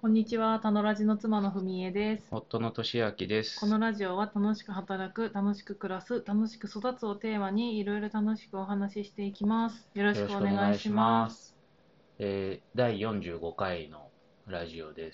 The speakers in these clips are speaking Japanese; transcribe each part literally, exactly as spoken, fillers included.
こんにちは、たのラジの妻のふみえです。 夫の俊明でこのす。 ラジオは楽しく働く、楽しく暮らす、楽しく育つをテーマにいろいろ楽しくお話ししていきます。よろしよろしくお願いくお願いしします。 ます。えー、だいよんじゅうごかいのラジオです。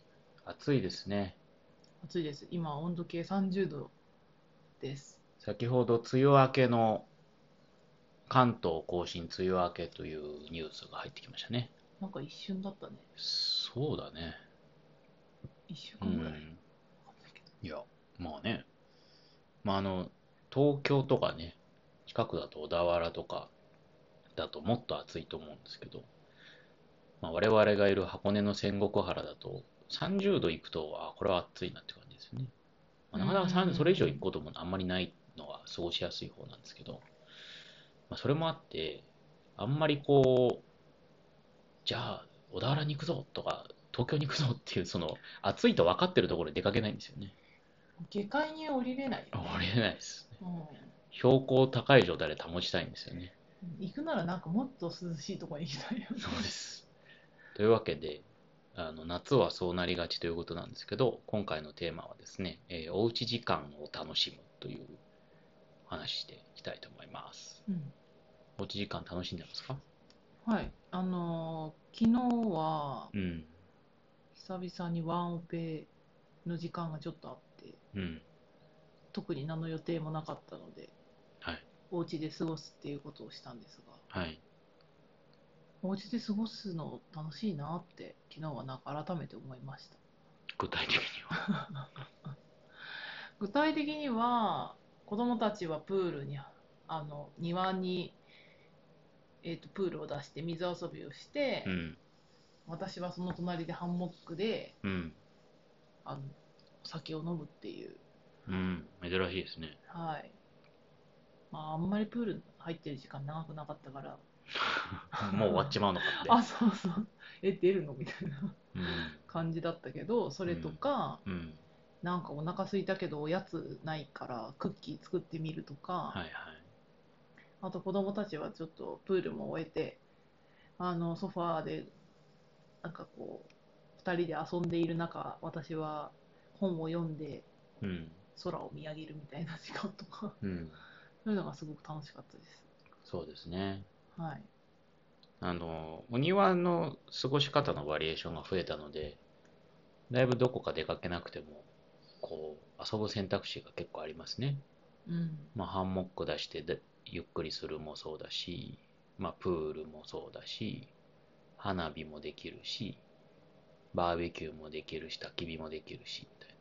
暑いですね。 暑いです。今、温度計さんじゅうどです。 先ほど梅雨明けの関東甲信梅雨明けというニュースが入ってきましたね。 なんか一瞬だったね。 そうだね。 いっしゅうかんぐらい。 うん。いや、まあね。まああの、東京とかね、近くだと小田原とかだともっと暑いと思うんですけど、まあ、我々がいる箱根の仙石原だとさんじゅうど行くと、あ、これは暑いなって感じですよね。まあ、 うーなかなかさんそれ以上行くん。 こともあんまりないのは過ごしやすい方なんですけど、まあ、それもあって、あんまりこう、じゃあ、小田原に行くぞとか、東京に行くぞっていう、その、暑いと分かってるところに出かけないんですよね。 下界に降りれないよ降ね。 りれないですね。 うん。 標高高い状態で保ちたいんですよね。 行くならなんかもっと涼しいところに行きたいよそうでね。 す。というわけで、あの夏はそうなりがちということなんですけど、今回のテーマはですね、えーおうち時間を楽しむという話していきたいと思います。 うん。 おうち時間楽しんでますか？ はい。あのー昨日は、 うん。 久々にワンオペの時間がちょっとあって、 うん。 特に何の予定もなかったので、 はい。 お家で過ごすっていうことをしたんですが、 はい。 お家で過ごすの楽しいなって昨日はなんか改めて思いました。 具体的には。 具体的には、子供たちはプールに、あの庭に、えーと、プールを出して水遊びをして、 うん。 私はその隣でハンモックでうん。 あのお酒を飲むっていう。 うん。珍しいですね。 はい。まあ、あんまりプール入ってる時間長くなかったから。 もう終わっちまうのかって。 あ、そうそう。え、出るのみたいなうん。 感じだったけど、それとうん。 か、 うん。 なんかお腹空いたけどおやつないからクッキー作ってみるとか、 はいはい。 あと子供たちはちょっとプールも終えて、あのソファーでなんかこう、ふたりで遊んでいる中、私は本を読んでうん。 空を見上げるみたいな時間とか、 うん。 そういうのがすごく楽しかったです。 そうですね。 はい。 あの、お庭の過ごし方のバリエーションが増えたので、だいぶどこか出かけなくても、こう、遊ぶ選択肢が結構ありますね。 うん。 まあ、ハンモック出してでゆっくりするもそうだし、まあ、プールもそうだし、花火もできるし、バーベキューもできるし、焚き火もできるし、みたい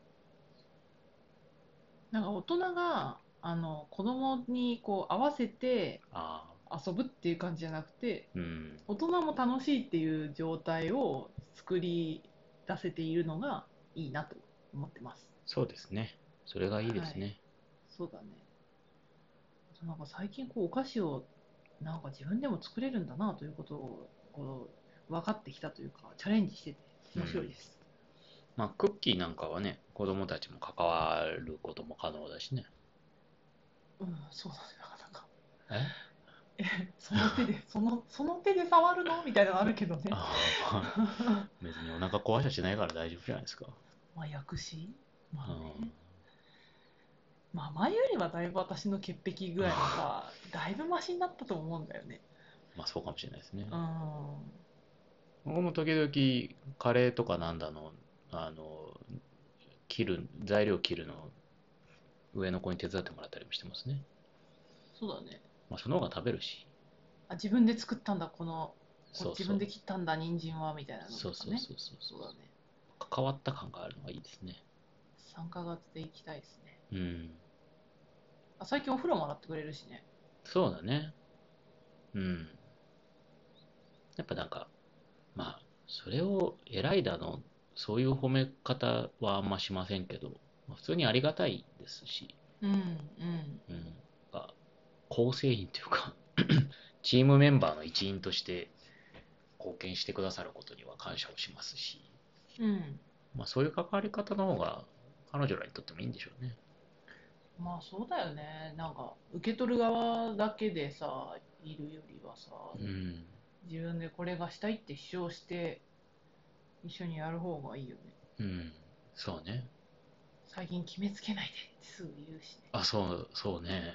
なんか大人があの子供にこう合わせてな。ああ、 遊ぶっていう感じじゃなくて、 うん、 大人も楽しいっていう状態を作り出せているのがいいなと思ってます。 そうですね。それがいいではい。 すね。 そうだね。なんか最近こうお菓子をなんか自分でも作れるんだなということをこう分かってきたというか、チャレンジしてて面白いうん。 です。 まあ、クッキーなんかはね、子供たちも関わることも可能だしね。 うん、そうだね、なかなか。 えその手で、その、その手で触るのみたいなのあるけどね。 ああ、まあ、別にお腹壊しはしないから大丈夫じゃないですか。 まあ、薬師まうん。 あね。まあ、前よりはだいぶ私の潔癖具合もさ、だいぶマシになったと思うんだよね。 まあ、そうかもしれないですね。 うん。 僕も時々カレーとかなんだの、あの、切る、材料切るの上の子に手伝ってもらったりもしてますね。 そうだね。 まあ、その方が食べるし。 あ、自分で作ったんだ、この、こそうそう。 自分で切ったんだ、人参は、みたいなのそうとかね。 そうそうそうそう。 そうだね。 関わった感があるのがいいですね。 さんかげつで行きたいですね。 うん。 あ、最近お風呂も洗ってくれるしね。 そうだね。うん。やっぱなんか、まあ、それを偉いだの、そういう褒め方はあんましませんけど、まあ普通にありがたいですし、 うん、うん。 うん。なんか構成員というかチームメンバーの一員として貢献してくださることには感謝をしますし、 うん。 まあそういう関わり方の方が彼女らにとってもいいんでしょうね。 まあそうだよね。なんか、受け取る側だけでさ、いるよりはさ、 うん。 自分でこれがしたいって主張して一緒にやる方がいいよね。 うん、そうね。 最近決めつけないでってすぐ言うしね。 あ、そう、そうね。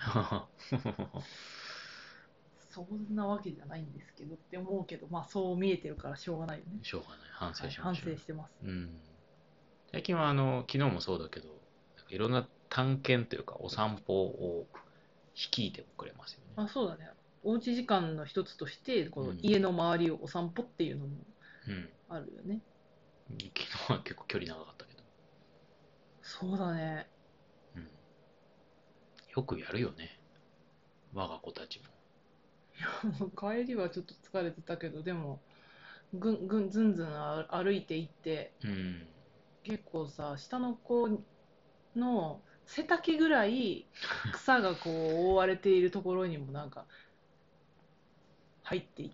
そんなわけじゃないんですけどって思うけど、まあそう見えてるからしょうがないよね。 しょうがない。反はい、 省しましょう。 反省してます。 うん。最近はあの、昨日もそうだけど、なんかいろんな探検というか、お散歩を率いてもくれますよね。 あ、そうだね。おうち時間の一つとして、このうん。 家の周りをお散歩っていうのもうん。 あるよね。 昨日は結構距離長かったけど。 そうだね。 うん。よくやるよね。我が子たちも。 帰りはちょっと疲れてたけど、でも、ぐんぐんずんずんあ歩いていって、 うん。 結構さ、下の子の背丈ぐらい草がこう覆われているところにもなんか入っていって、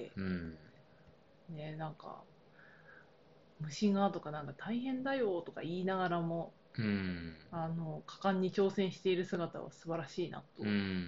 うん。 ね、なんか虫がとかなんか大変だよとか言いながらも、 うん。 あの果敢に挑戦している姿は素晴らしいなとうん。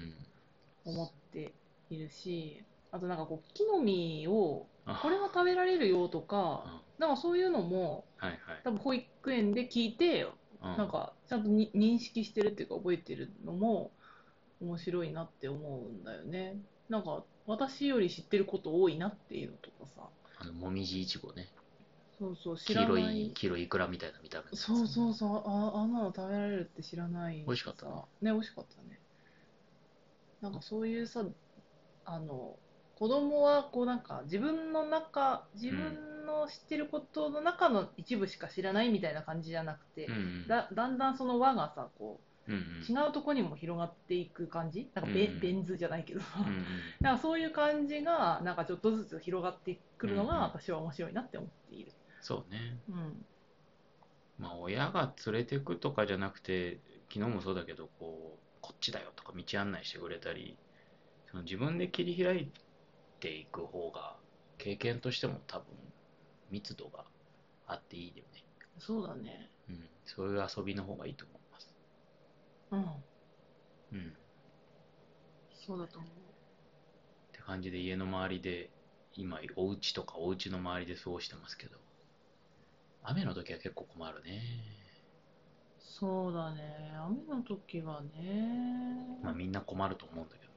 思っているし、あとなんかこう木の実をこれはあ、 食べられるよとか、 あ、 なんかそういうのもはいはい。 多分保育園で聞いて、 うん。 なんかちゃんとに認識してるっていうか覚えてるのも面白いなって思うんだよね。なんか私より知ってること多いなっていうのとかさ、 あの、もみじいちごね。 そうそう知黄色い、 らない、 黄色いイクラみたいな見た目のやつ。 そうそうそう、あ、あんなの食べられるって知らないし美味しかったね。 さ、ね、美味しかったね。なんかそういうさ、あの、子供はこうなんか自分の中、自うん。 分の知ってることの中の一部しか知らないみたいな感じじゃなくて、 うん。 だ、だんだんその輪がさ、こうん。うう、違ん。 うとこにも広がっていく感じなんかうん。うベ、 ん。 ベン図じゃないけどさ、 うん。 なんかそういう感じが、なんかちょっとずつ広がってくうん。うるのがん。 私は面白いなって思っている。 そうね。 うん。 まあ、親が連れてくとかじゃなくて、昨日もそうだけど、こう、こっちだよとか道案内してくれたり、その自分で切り開いていく方が、経験としても多分、密度があっていいよね。 そうだね。 うん。そういう遊びの方がいいと思います。 うん。 うん。っそうだと思て感じで家の周りで、今、お家とかお家の周りで過ごしてますけど、雨の時は結構困るね。 う。そうだね。雨の時はね。 まあみんな困ると思うんだけど。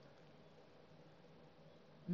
うん。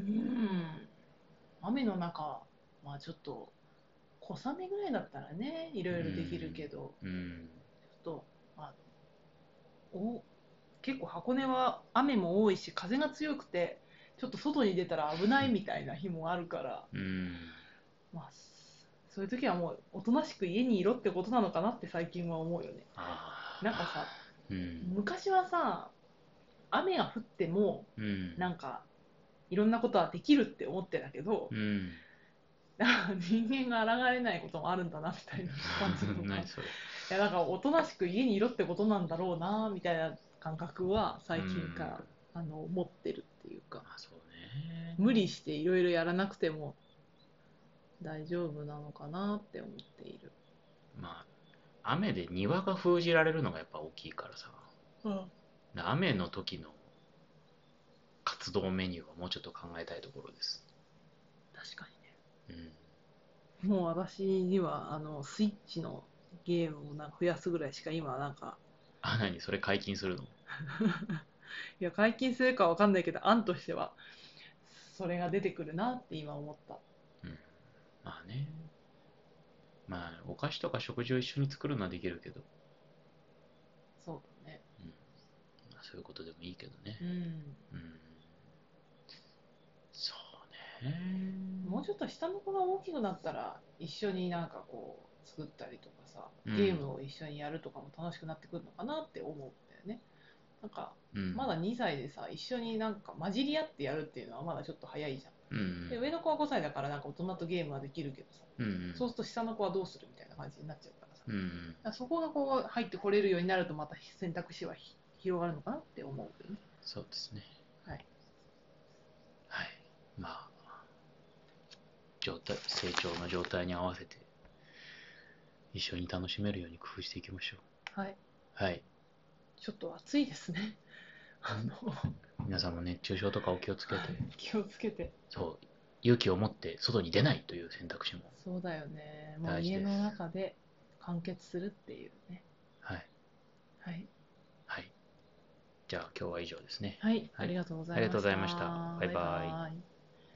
雨の中、まあちょっと、小雨ぐらいだったらね、いろういろできるけん。 ど、 うん。 ちょっと、まあ、お、結構箱根は雨も多いし、風が強くて、ちょっと外に出たら危ないみたいな日もあるから、 うん。 まあ、そういう時はもう、おとなしく家にいろってことなのかなって最近は思うよね。なんかさ、 ああ。うん。 昔はさ、雨が降っても、 うん。 なんか、いろんなことはできるって思ってたけど、 うん。 人間が抗えないこともあるんだなみたいな感じのが、い何それ。 やなんかおとなしく家にいろってことなんだろうなみたいな感覚はう最近かん。 らあの持ってるっていうか、 あ、そうね。 無理していろいろやらなくても大丈夫なのかなって思っている。 まあ、雨で庭が封じられるのがやっぱ大きいからさ。 うん、 雨の時の活動メニューはもうちょっと考えたいところです。 確かうん。 にね。もう私にはあのスイッチのゲームをなんか増やすぐらいしか今なんか、 あ、何それ解禁するの？ いや解禁するかわかんないけど案としてはそれが出てくるなって今思った。 うん。まあね。まあ、お菓子とか食事を一緒に作るのはできるけど、 そうだね。 うん。まあ、そういうことでもいいけどね。 うん。 うん。そうね。 もうちょっと下の子が大きくなったら一緒になんかこう作ったりとかさ、 うん。 ゲームを一緒にやるとかも楽しくなってくるのかなって思うんだよね。なんかうん。 まだにさいでさ、一緒になんか混じり合ってやるっていうのはまだちょっと早いじゃん。 うん。 で上の子はごさいだからなんか大人とゲームはできるけどさ、 うん。 そうすると下の子はどうするみたいな感じになっちゃうからさ、 うん。 だからそこがこう入ってこれるようになるとまた選択肢はひ広がるのかなって思うよね。 そうですね。 はい。 はい。まあ、状態、成長の状態に合わせて一緒に楽しめるように工夫していきましょはい。 う。はい。 ちょっと暑いですね。あの、 皆さんも熱中症とかお気をつけて、 気をつけて。 そう、 勇気を持って外に出ないという選択肢も。 そうだよね。もう大事です家の中で完結するっていうね。 はい。 はい。 はい。じゃあ今日は以上ですね。 はい、 はい。 ありがとうござありがとうごいました。 ざいました。バイバイバイ。 バイ。